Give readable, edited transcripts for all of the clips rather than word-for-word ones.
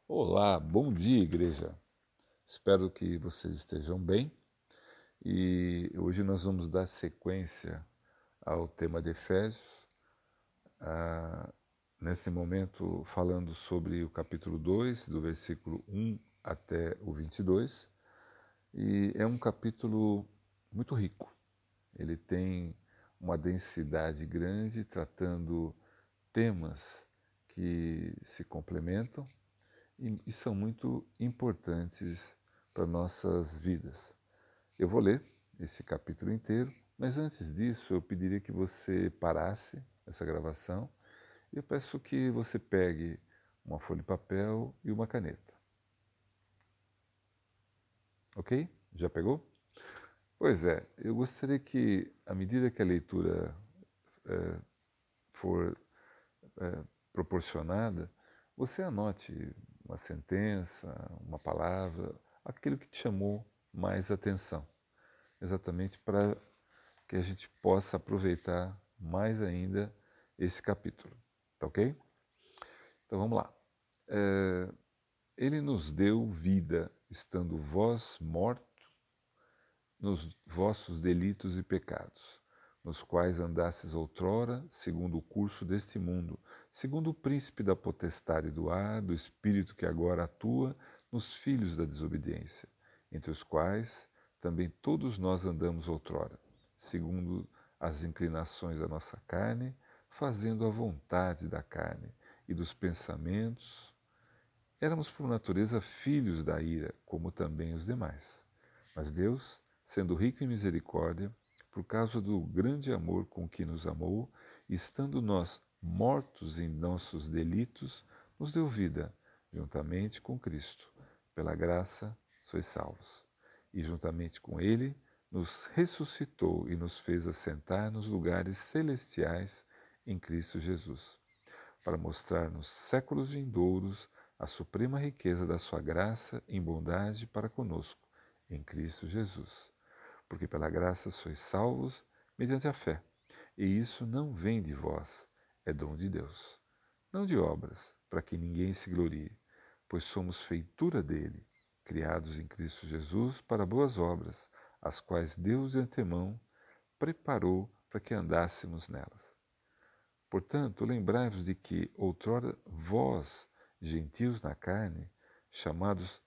Olá, bom dia, igreja. Espero que vocês estejam bem e hoje nós vamos dar sequência ao tema de Efésios, nesse momento falando sobre o capítulo 2, do versículo 1 até o 22, e é um capítulo muito rico. Ele tem uma densidade grande, tratando temas que se complementam e são muito importantes para nossas vidas. Eu vou ler esse capítulo inteiro, mas antes disso eu pediria que você parasse essa gravação e eu peço que você pegue uma folha de papel e uma caneta. Ok? Já pegou? Pois é, eu gostaria que, à medida que a leitura for proporcionada, você anote uma sentença, uma palavra, aquilo que te chamou mais atenção, exatamente para que a gente possa aproveitar mais ainda esse capítulo, tá ok? Então vamos lá. Ele nos deu vida, estando vós mortos nos vossos delitos e pecados, nos quais andastes outrora, segundo o curso deste mundo, segundo o príncipe da potestade do ar, do espírito que agora atua nos filhos da desobediência, entre os quais também todos nós andamos outrora, segundo as inclinações da nossa carne, fazendo a vontade da carne e dos pensamentos. Éramos por natureza filhos da ira, como também os demais. Mas Deus, sendo rico em misericórdia, por causa do grande amor com que nos amou, estando nós mortos em nossos delitos, nos deu vida, juntamente com Cristo. Pela graça sois salvos. E juntamente com Ele, nos ressuscitou e nos fez assentar nos lugares celestiais em Cristo Jesus, para mostrar nos séculos vindouros a suprema riqueza da sua graça em bondade para conosco, em Cristo Jesus. Porque pela graça sois salvos mediante a fé, e isso não vem de vós, é dom de Deus. Não de obras, para que ninguém se glorie, pois somos feitura dele, criados em Cristo Jesus para boas obras, as quais Deus de antemão preparou para que andássemos nelas. Portanto, lembrai-vos de que outrora vós, gentios na carne, chamados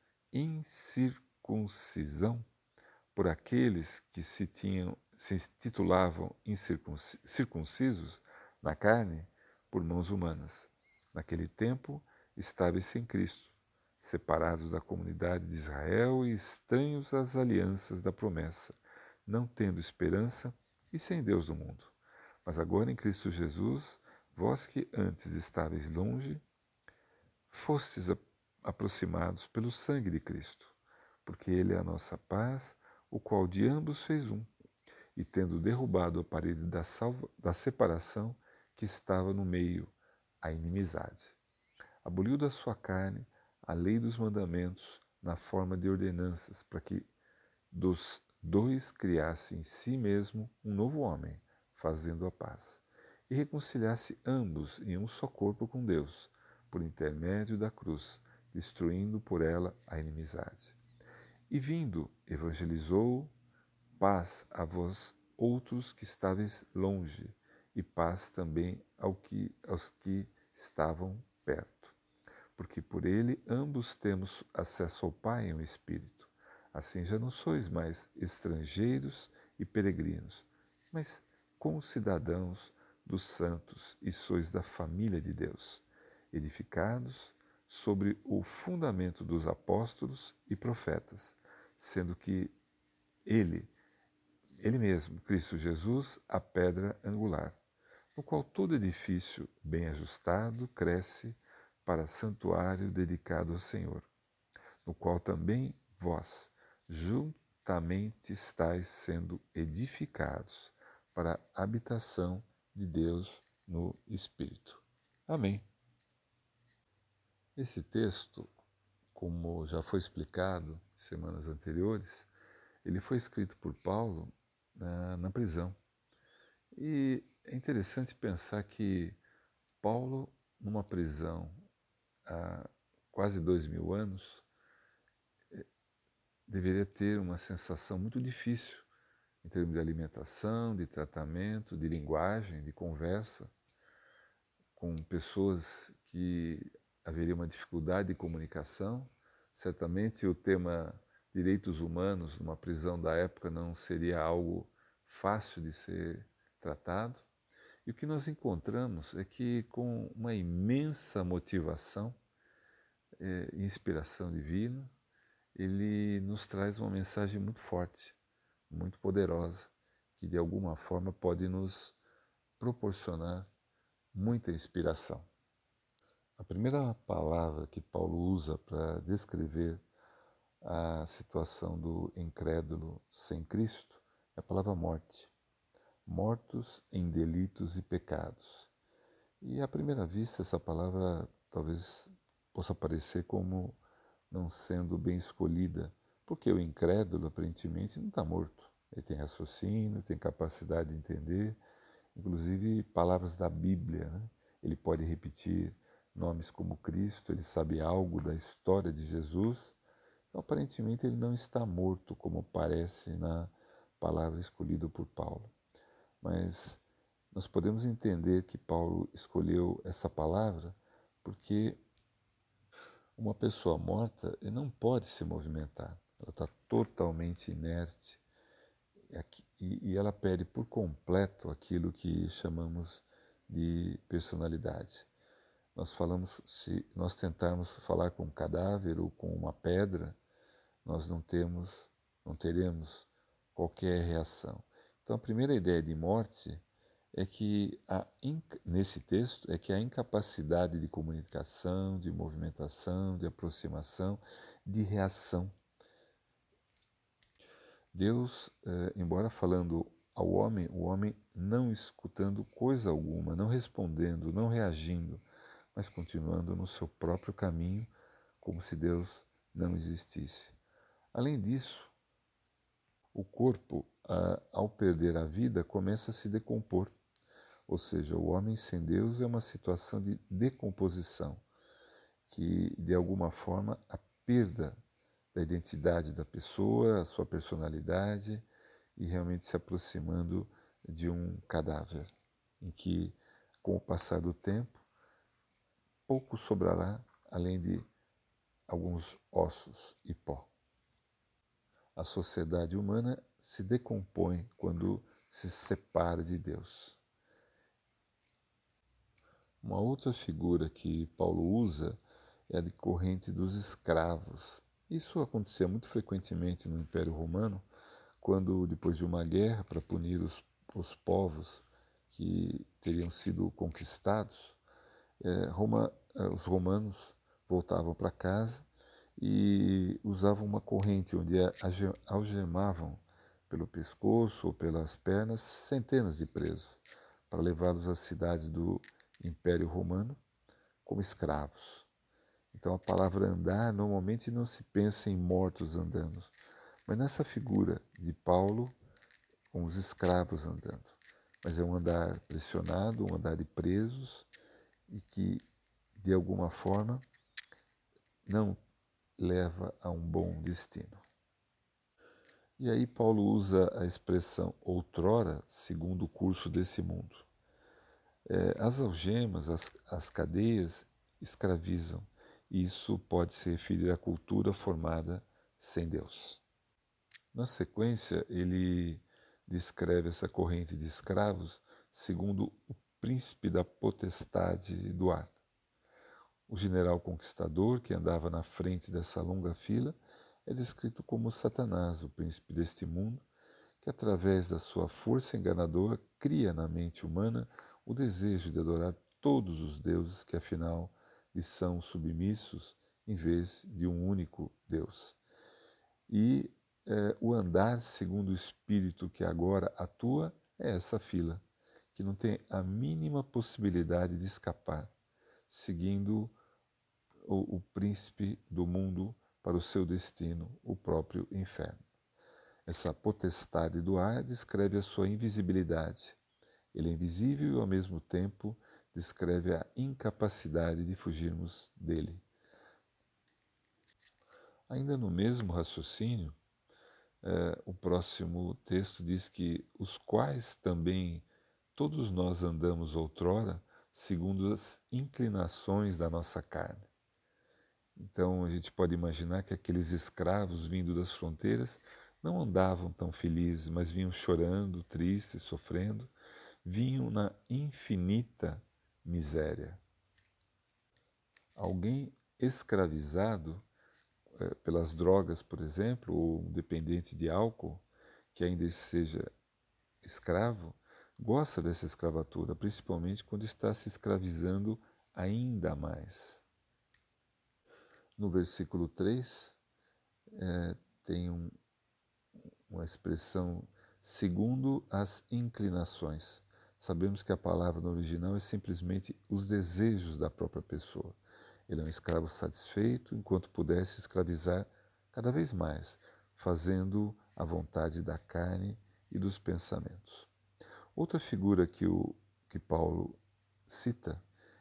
incircuncisão, por aqueles que se titulavam circuncisos na carne, por mãos humanas. Naquele tempo, estáveis sem Cristo, separados da comunidade de Israel e estranhos às alianças da promessa, não tendo esperança e sem Deus do mundo. Mas agora em Cristo Jesus, vós que antes estáveis longe, fostes aproximados pelo sangue de Cristo, porque Ele é a nossa paz, o qual de ambos fez um, e tendo derrubado a parede da separação que estava no meio, a inimizade. Aboliu da sua carne a lei dos mandamentos na forma de ordenanças, para que dos dois criasse em si mesmo um novo homem, fazendo a paz, e reconciliasse ambos em um só corpo com Deus, por intermédio da cruz, destruindo por ela a inimizade. E vindo, evangelizou paz a vós outros que estáveis longe, e paz também aos que estavam perto. Porque por ele ambos temos acesso ao Pai em um Espírito. Assim já não sois mais estrangeiros e peregrinos, mas concidadãos dos santos e sois da família de Deus, edificados sobre o fundamento dos apóstolos e profetas, sendo que ele, ele mesmo, Cristo Jesus, a pedra angular, no qual todo edifício bem ajustado cresce para santuário dedicado ao Senhor, no qual também vós juntamente estáis sendo edificados para a habitação de Deus no Espírito. Amém. Esse texto, como já foi explicado em semanas anteriores, ele foi escrito por Paulo na prisão. E é interessante pensar que Paulo, numa prisão quase 2000 anos, deveria ter uma sensação muito difícil em termos de alimentação, de tratamento, de linguagem, de conversa, com pessoas que haveria uma dificuldade de comunicação. Certamente o tema direitos humanos numa prisão da época não seria algo fácil de ser tratado. E o que nós encontramos é que, com uma imensa motivação e inspiração divina, ele nos traz uma mensagem muito forte, muito poderosa, que de alguma forma pode nos proporcionar muita inspiração. A primeira palavra que Paulo usa para descrever a situação do incrédulo sem Cristo é a palavra morte. Mortos em delitos e pecados. E à primeira vista essa palavra talvez possa parecer como não sendo bem escolhida, porque o incrédulo aparentemente não está morto. Ele tem raciocínio, tem capacidade de entender, inclusive palavras da Bíblia, né? Ele pode repetir nomes como Cristo, ele sabe algo da história de Jesus. Então, aparentemente ele não está morto, como parece na palavra escolhida por Paulo. Mas nós podemos entender que Paulo escolheu essa palavra porque uma pessoa morta não pode se movimentar, ela está totalmente inerte e ela perde por completo aquilo que chamamos de personalidade. Se nós tentarmos falar com um cadáver ou com uma pedra, nós não teremos qualquer reação. Então a primeira ideia de morte é que nesse texto é que a incapacidade de comunicação, de movimentação, de aproximação, de reação. Deus, embora falando ao homem, o homem não escutando coisa alguma, não respondendo, não reagindo, mas continuando no seu próprio caminho, como se Deus não existisse. Além disso, o corpo, ao perder a vida, começa a se decompor. Ou seja, o homem sem Deus é uma situação de decomposição, que de alguma forma a perda da identidade da pessoa, a sua personalidade, e realmente se aproximando de um cadáver, em que, com o passar do tempo, pouco sobrará além de alguns ossos e pó. A sociedade humana se decompõe quando se separa de Deus. Uma outra figura que Paulo usa é a de corrente dos escravos. Isso acontecia muito frequentemente no Império Romano, quando, depois de uma guerra para punir os povos que teriam sido conquistados, os romanos voltavam para casa e usavam uma corrente onde algemavam pelo pescoço ou pelas pernas centenas de presos para levá-los às cidades do Império Romano como escravos. Então a palavra andar normalmente não se pensa em mortos andando, mas nessa figura de Paulo com os escravos andando. Mas é um andar pressionado, um andar de presos e que de alguma forma não leva a um bom destino. E aí Paulo usa a expressão outrora, segundo o curso desse mundo. As algemas, as cadeias escravizam, e isso pode se referir à cultura formada sem Deus. Na sequência, ele descreve essa corrente de escravos segundo o príncipe da potestade do ar. O general conquistador que andava na frente dessa longa fila é descrito como Satanás, o príncipe deste mundo, que através da sua força enganadora cria na mente humana o desejo de adorar todos os deuses que afinal lhe são submissos em vez de um único Deus. E o andar segundo o Espírito que agora atua é essa fila, que não tem a mínima possibilidade de escapar, seguindo o príncipe do mundo para o seu destino, o próprio inferno. Essa potestade do ar descreve a sua invisibilidade. Ele é invisível e, ao mesmo tempo, descreve a incapacidade de fugirmos dele. Ainda no mesmo raciocínio, o próximo texto diz que os quais também todos nós andamos outrora segundo as inclinações da nossa carne. Então a gente pode imaginar que aqueles escravos vindo das fronteiras não andavam tão felizes, mas vinham chorando, tristes, sofrendo, vinham na infinita miséria. Alguém escravizado pelas drogas, por exemplo, ou um dependente de álcool, que ainda seja escravo, gosta dessa escravatura, principalmente quando está se escravizando ainda mais. No versículo 3, tem uma expressão segundo as inclinações. Sabemos que a palavra no original é simplesmente os desejos da própria pessoa. Ele é um escravo satisfeito enquanto pudesse escravizar cada vez mais, fazendo a vontade da carne e dos pensamentos. Outra figura que Paulo cita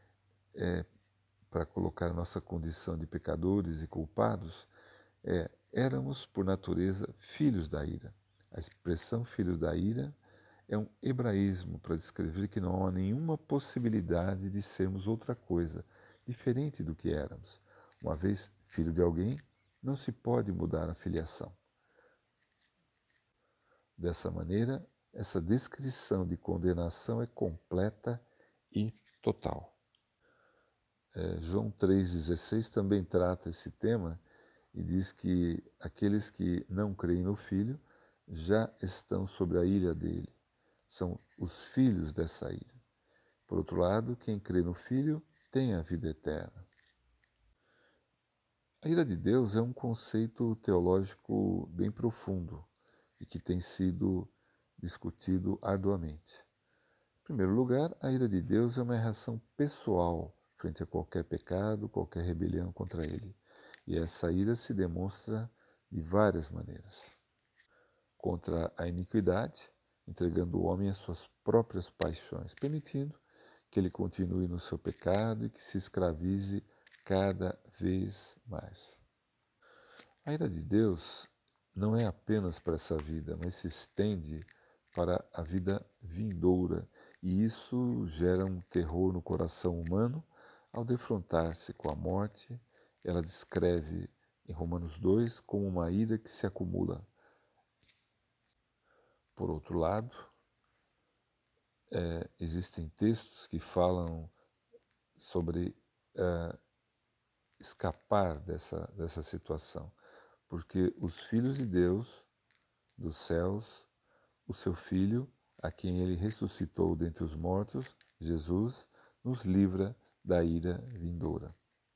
para colocar a nossa condição de pecadores e culpados éramos por natureza filhos da ira. A expressão filhos da ira é um hebraísmo para descrever que não há nenhuma possibilidade de sermos outra coisa, diferente do que éramos. Uma vez filho de alguém, não se pode mudar a filiação. Dessa maneira, essa descrição de condenação é completa e total. João 3,16 também trata esse tema e diz que aqueles que não creem no Filho já estão sobre a ira dele. São os filhos dessa ira. Por outro lado, quem crê no Filho tem a vida eterna. A ira de Deus é um conceito teológico bem profundo e que tem sido discutido arduamente. Em primeiro lugar, a ira de Deus é uma reação pessoal frente a qualquer pecado, qualquer rebelião contra ele. E essa ira se demonstra de várias maneiras. Contra a iniquidade, entregando o homem às suas próprias paixões, permitindo que ele continue no seu pecado e que se escravize cada vez mais. A ira de Deus não é apenas para essa vida, mas se estende para a vida vindoura, e isso gera um terror no coração humano ao defrontar-se com a morte. Ela descreve em Romanos 2 como uma ira que se acumula. Por outro lado, existem textos que falam sobre escapar dessa situação, porque os filhos de Deus, dos céus, o seu Filho, a quem ele ressuscitou dentre os mortos, Jesus, nos livra da ira vindoura.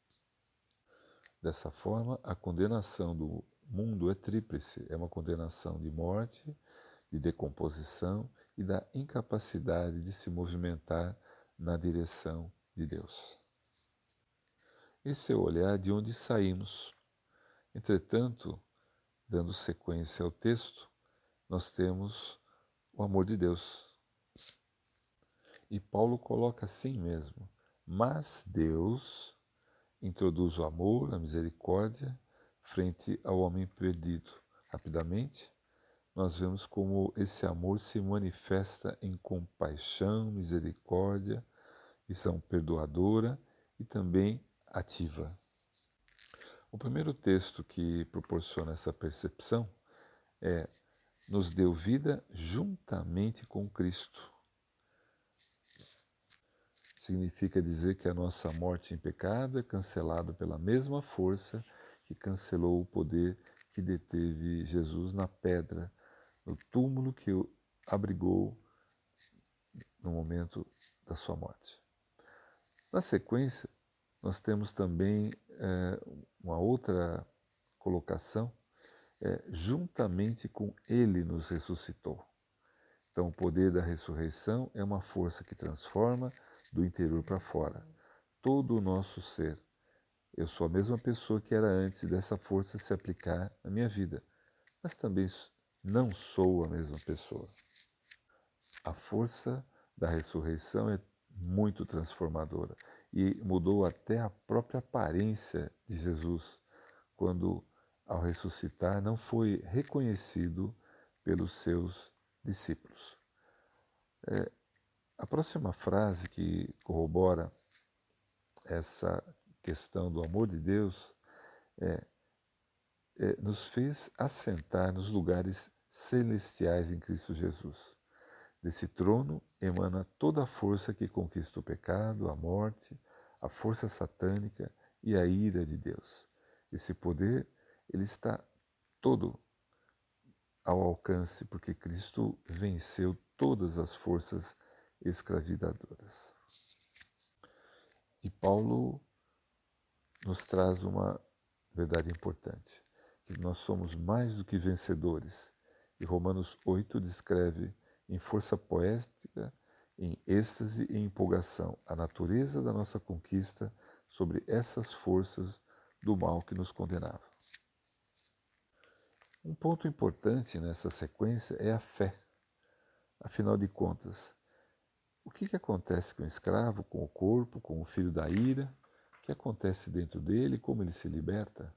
Dessa forma, a condenação do mundo é tríplice, é uma condenação de morte, de decomposição e da incapacidade de se movimentar na direção de Deus. Esse é o olhar de onde saímos. Entretanto, dando sequência ao texto, nós temos o amor de Deus. E Paulo coloca assim mesmo: mas Deus introduz o amor, a misericórdia, frente ao homem perdido. Rapidamente, nós vemos como esse amor se manifesta em compaixão, misericórdia, visão perdoadora e também ativa. O primeiro texto que proporciona essa percepção é: nos deu vida juntamente com Cristo. Significa dizer que a nossa morte em pecado é cancelada pela mesma força que cancelou o poder que deteve Jesus na pedra, no túmulo que o abrigou no momento da sua morte. Na sequência, nós temos também uma outra colocação, juntamente com Ele nos ressuscitou. Então, o poder da ressurreição é uma força que transforma do interior para fora todo o nosso ser. Eu sou a mesma pessoa que era antes dessa força se aplicar na minha vida, mas também não sou a mesma pessoa. A força da ressurreição é muito transformadora e mudou até a própria aparência de Jesus, quando ao ressuscitar, não foi reconhecido pelos seus discípulos. A próxima frase que corrobora essa questão do amor de Deus nos fez assentar nos lugares celestiais em Cristo Jesus. Desse trono emana toda a força que conquista o pecado, a morte, a força satânica e a ira de Deus. Esse poder, ele está todo ao alcance, porque Cristo venceu todas as forças escravizadoras. E Paulo nos traz uma verdade importante, que nós somos mais do que vencedores. E Romanos 8 descreve em força poética, em êxtase e empolgação a natureza da nossa conquista sobre essas forças do mal que nos condenava. Um ponto importante nessa sequência é a fé. Afinal de contas, o que acontece com o escravo, com o corpo, com o filho da ira? O que acontece dentro dele? Como ele se liberta?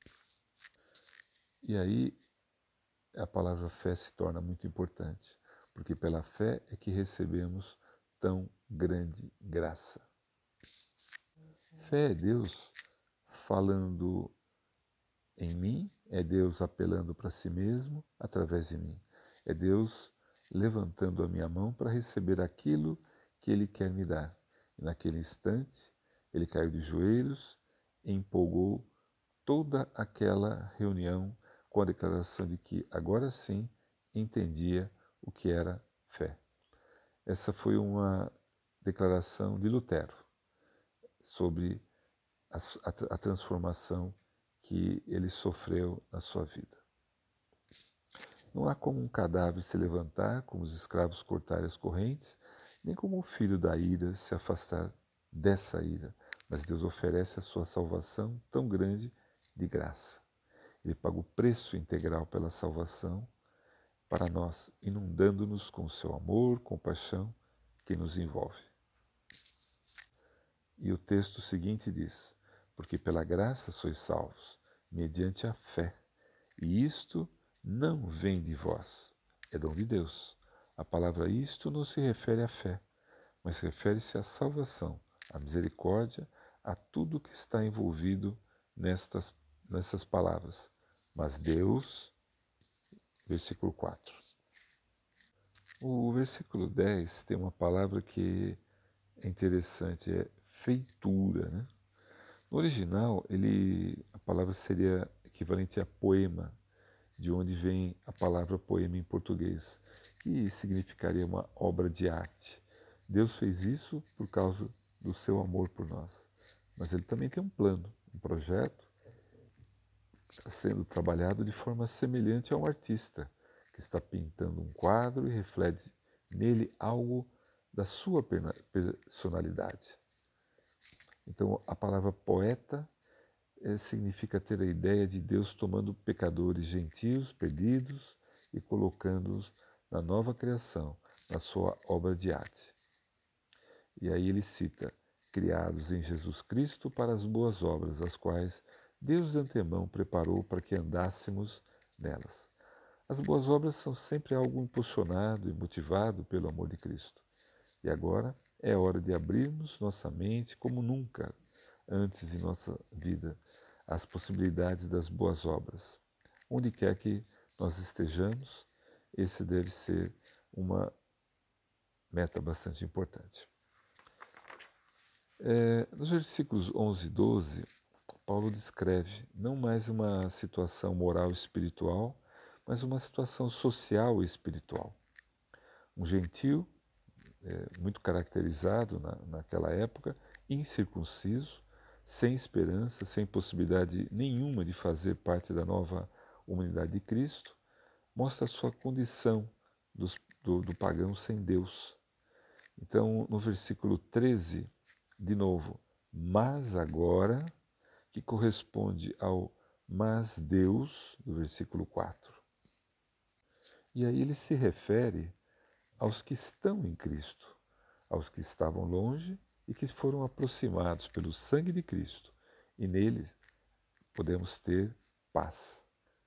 E aí a palavra fé se torna muito importante, porque pela fé é que recebemos tão grande graça. Fé é Deus falando em mim, é Deus apelando para si mesmo através de mim. É Deus levantando a minha mão para receber aquilo que Ele quer me dar. E naquele instante, ele caiu de joelhos e empolgou toda aquela reunião com a declaração de que agora sim entendia o que era fé. Essa foi uma declaração de Lutero sobre a transformação que ele sofreu na sua vida. Não há como um cadáver se levantar, como os escravos cortarem as correntes, nem como o filho da ira se afastar dessa ira, mas Deus oferece a sua salvação tão grande de graça. Ele paga o preço integral pela salvação para nós, inundando-nos com o seu amor, compaixão que nos envolve. E o texto seguinte diz: porque pela graça sois salvos, mediante a fé. E isto não vem de vós, é dom de Deus. A palavra isto não se refere à fé, mas refere-se à salvação, à misericórdia, a tudo que está envolvido nessas palavras. Mas Deus, versículo 4. O versículo 10 tem uma palavra que é interessante, é feitura, né? No original, a palavra seria equivalente a poema, de onde vem a palavra poema em português, que significaria uma obra de arte. Deus fez isso por causa do seu amor por nós. Mas ele também tem um plano, um projeto, sendo trabalhado de forma semelhante a um artista que está pintando um quadro e reflete nele algo da sua personalidade. Então, a palavra poeta significa ter a ideia de Deus tomando pecadores gentios, perdidos, e colocando-os na nova criação, na sua obra de arte. E aí ele cita, criados em Jesus Cristo para as boas obras, as quais Deus de antemão preparou para que andássemos nelas. As boas obras são sempre algo impulsionado e motivado pelo amor de Cristo. E agora é hora de abrirmos nossa mente como nunca antes em nossa vida às possibilidades das boas obras. Onde quer que nós estejamos, esse deve ser uma meta bastante importante. Nos versículos 11 e 12, Paulo descreve não mais uma situação moral e espiritual, mas uma situação social e espiritual. Um gentio, muito caracterizado naquela época, incircunciso, sem esperança, sem possibilidade nenhuma de fazer parte da nova humanidade de Cristo, mostra a sua condição do pagão sem Deus. Então, no versículo 13, de novo, mas agora, que corresponde ao mas Deus, do versículo 4. E aí ele se refere aos que estão em Cristo, aos que estavam longe e que foram aproximados pelo sangue de Cristo. E neles podemos ter paz.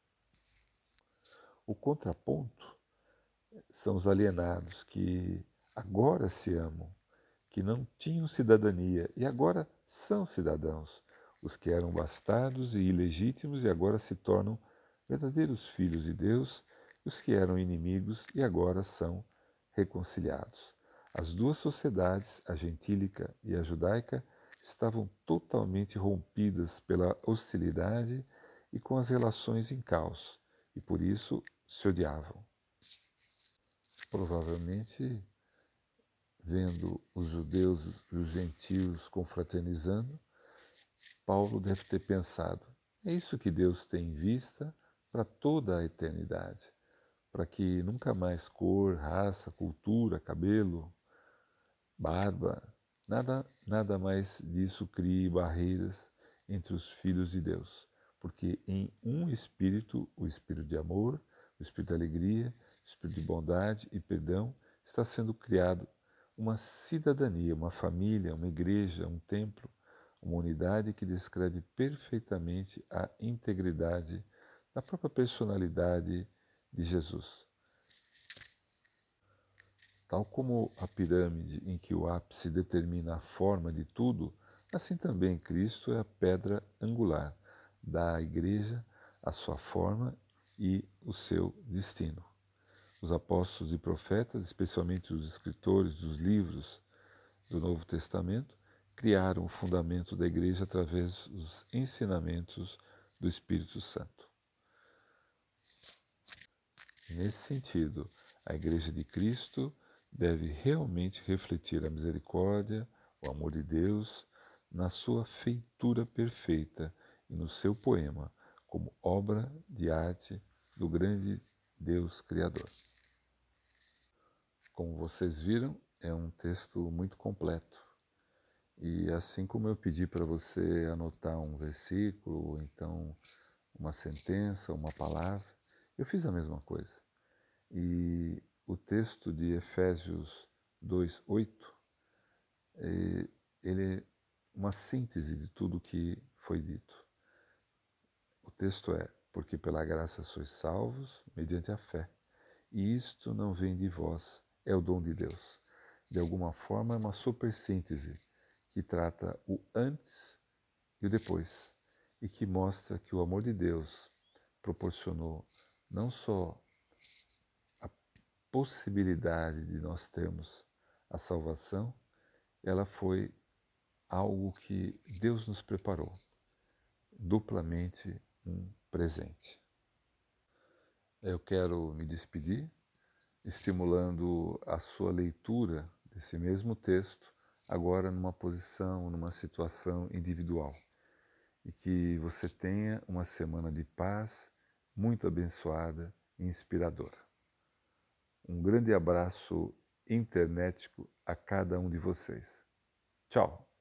O contraponto são os alienados que agora se amam, que não tinham cidadania e agora são cidadãos, os que eram bastardos e ilegítimos e agora se tornam verdadeiros filhos de Deus, e os que eram inimigos e agora são reconciliados. As duas sociedades, a gentílica e a judaica, estavam totalmente rompidas pela hostilidade e com as relações em caos, e por isso se odiavam. Provavelmente, vendo os judeus e os gentios confraternizando, Paulo deve ter pensado: é isso que Deus tem em vista para toda a eternidade, para que nunca mais cor, raça, cultura, cabelo, barba, nada mais disso crie barreiras entre os filhos de Deus, porque em um Espírito, o Espírito de amor, o Espírito de alegria, o Espírito de bondade e perdão, está sendo criado uma cidadania, uma família, uma igreja, um templo, uma unidade que descreve perfeitamente a integridade da própria personalidade de Jesus. Tal como a pirâmide em que o ápice determina a forma de tudo, assim também Cristo é a pedra angular, dá à Igreja a sua forma e o seu destino. Os apóstolos e profetas, especialmente os escritores dos livros do Novo Testamento, criaram o fundamento da Igreja através dos ensinamentos do Espírito Santo. Nesse sentido, a Igreja de Cristo deve realmente refletir a misericórdia, o amor de Deus na sua feitura perfeita e no seu poema, como obra de arte do grande Deus Criador. Como vocês viram, é um texto muito completo. E assim como eu pedi para você anotar um versículo, ou então uma sentença, uma palavra, eu fiz a mesma coisa. E o texto de Efésios 2:8, ele é uma síntese de tudo o que foi dito. O texto é: porque pela graça sois salvos, mediante a fé. E isto não vem de vós, é o dom de Deus. De alguma forma é uma supersíntese que trata o antes e o depois, e que mostra que o amor de Deus proporcionou não só a possibilidade de nós termos a salvação, ela foi algo que Deus nos preparou, duplamente um presente. Eu quero me despedir, estimulando a sua leitura desse mesmo texto, agora numa posição, numa situação individual. E que você tenha uma semana de paz muito abençoada e inspiradora. Um grande abraço internetico a cada um de vocês. Tchau!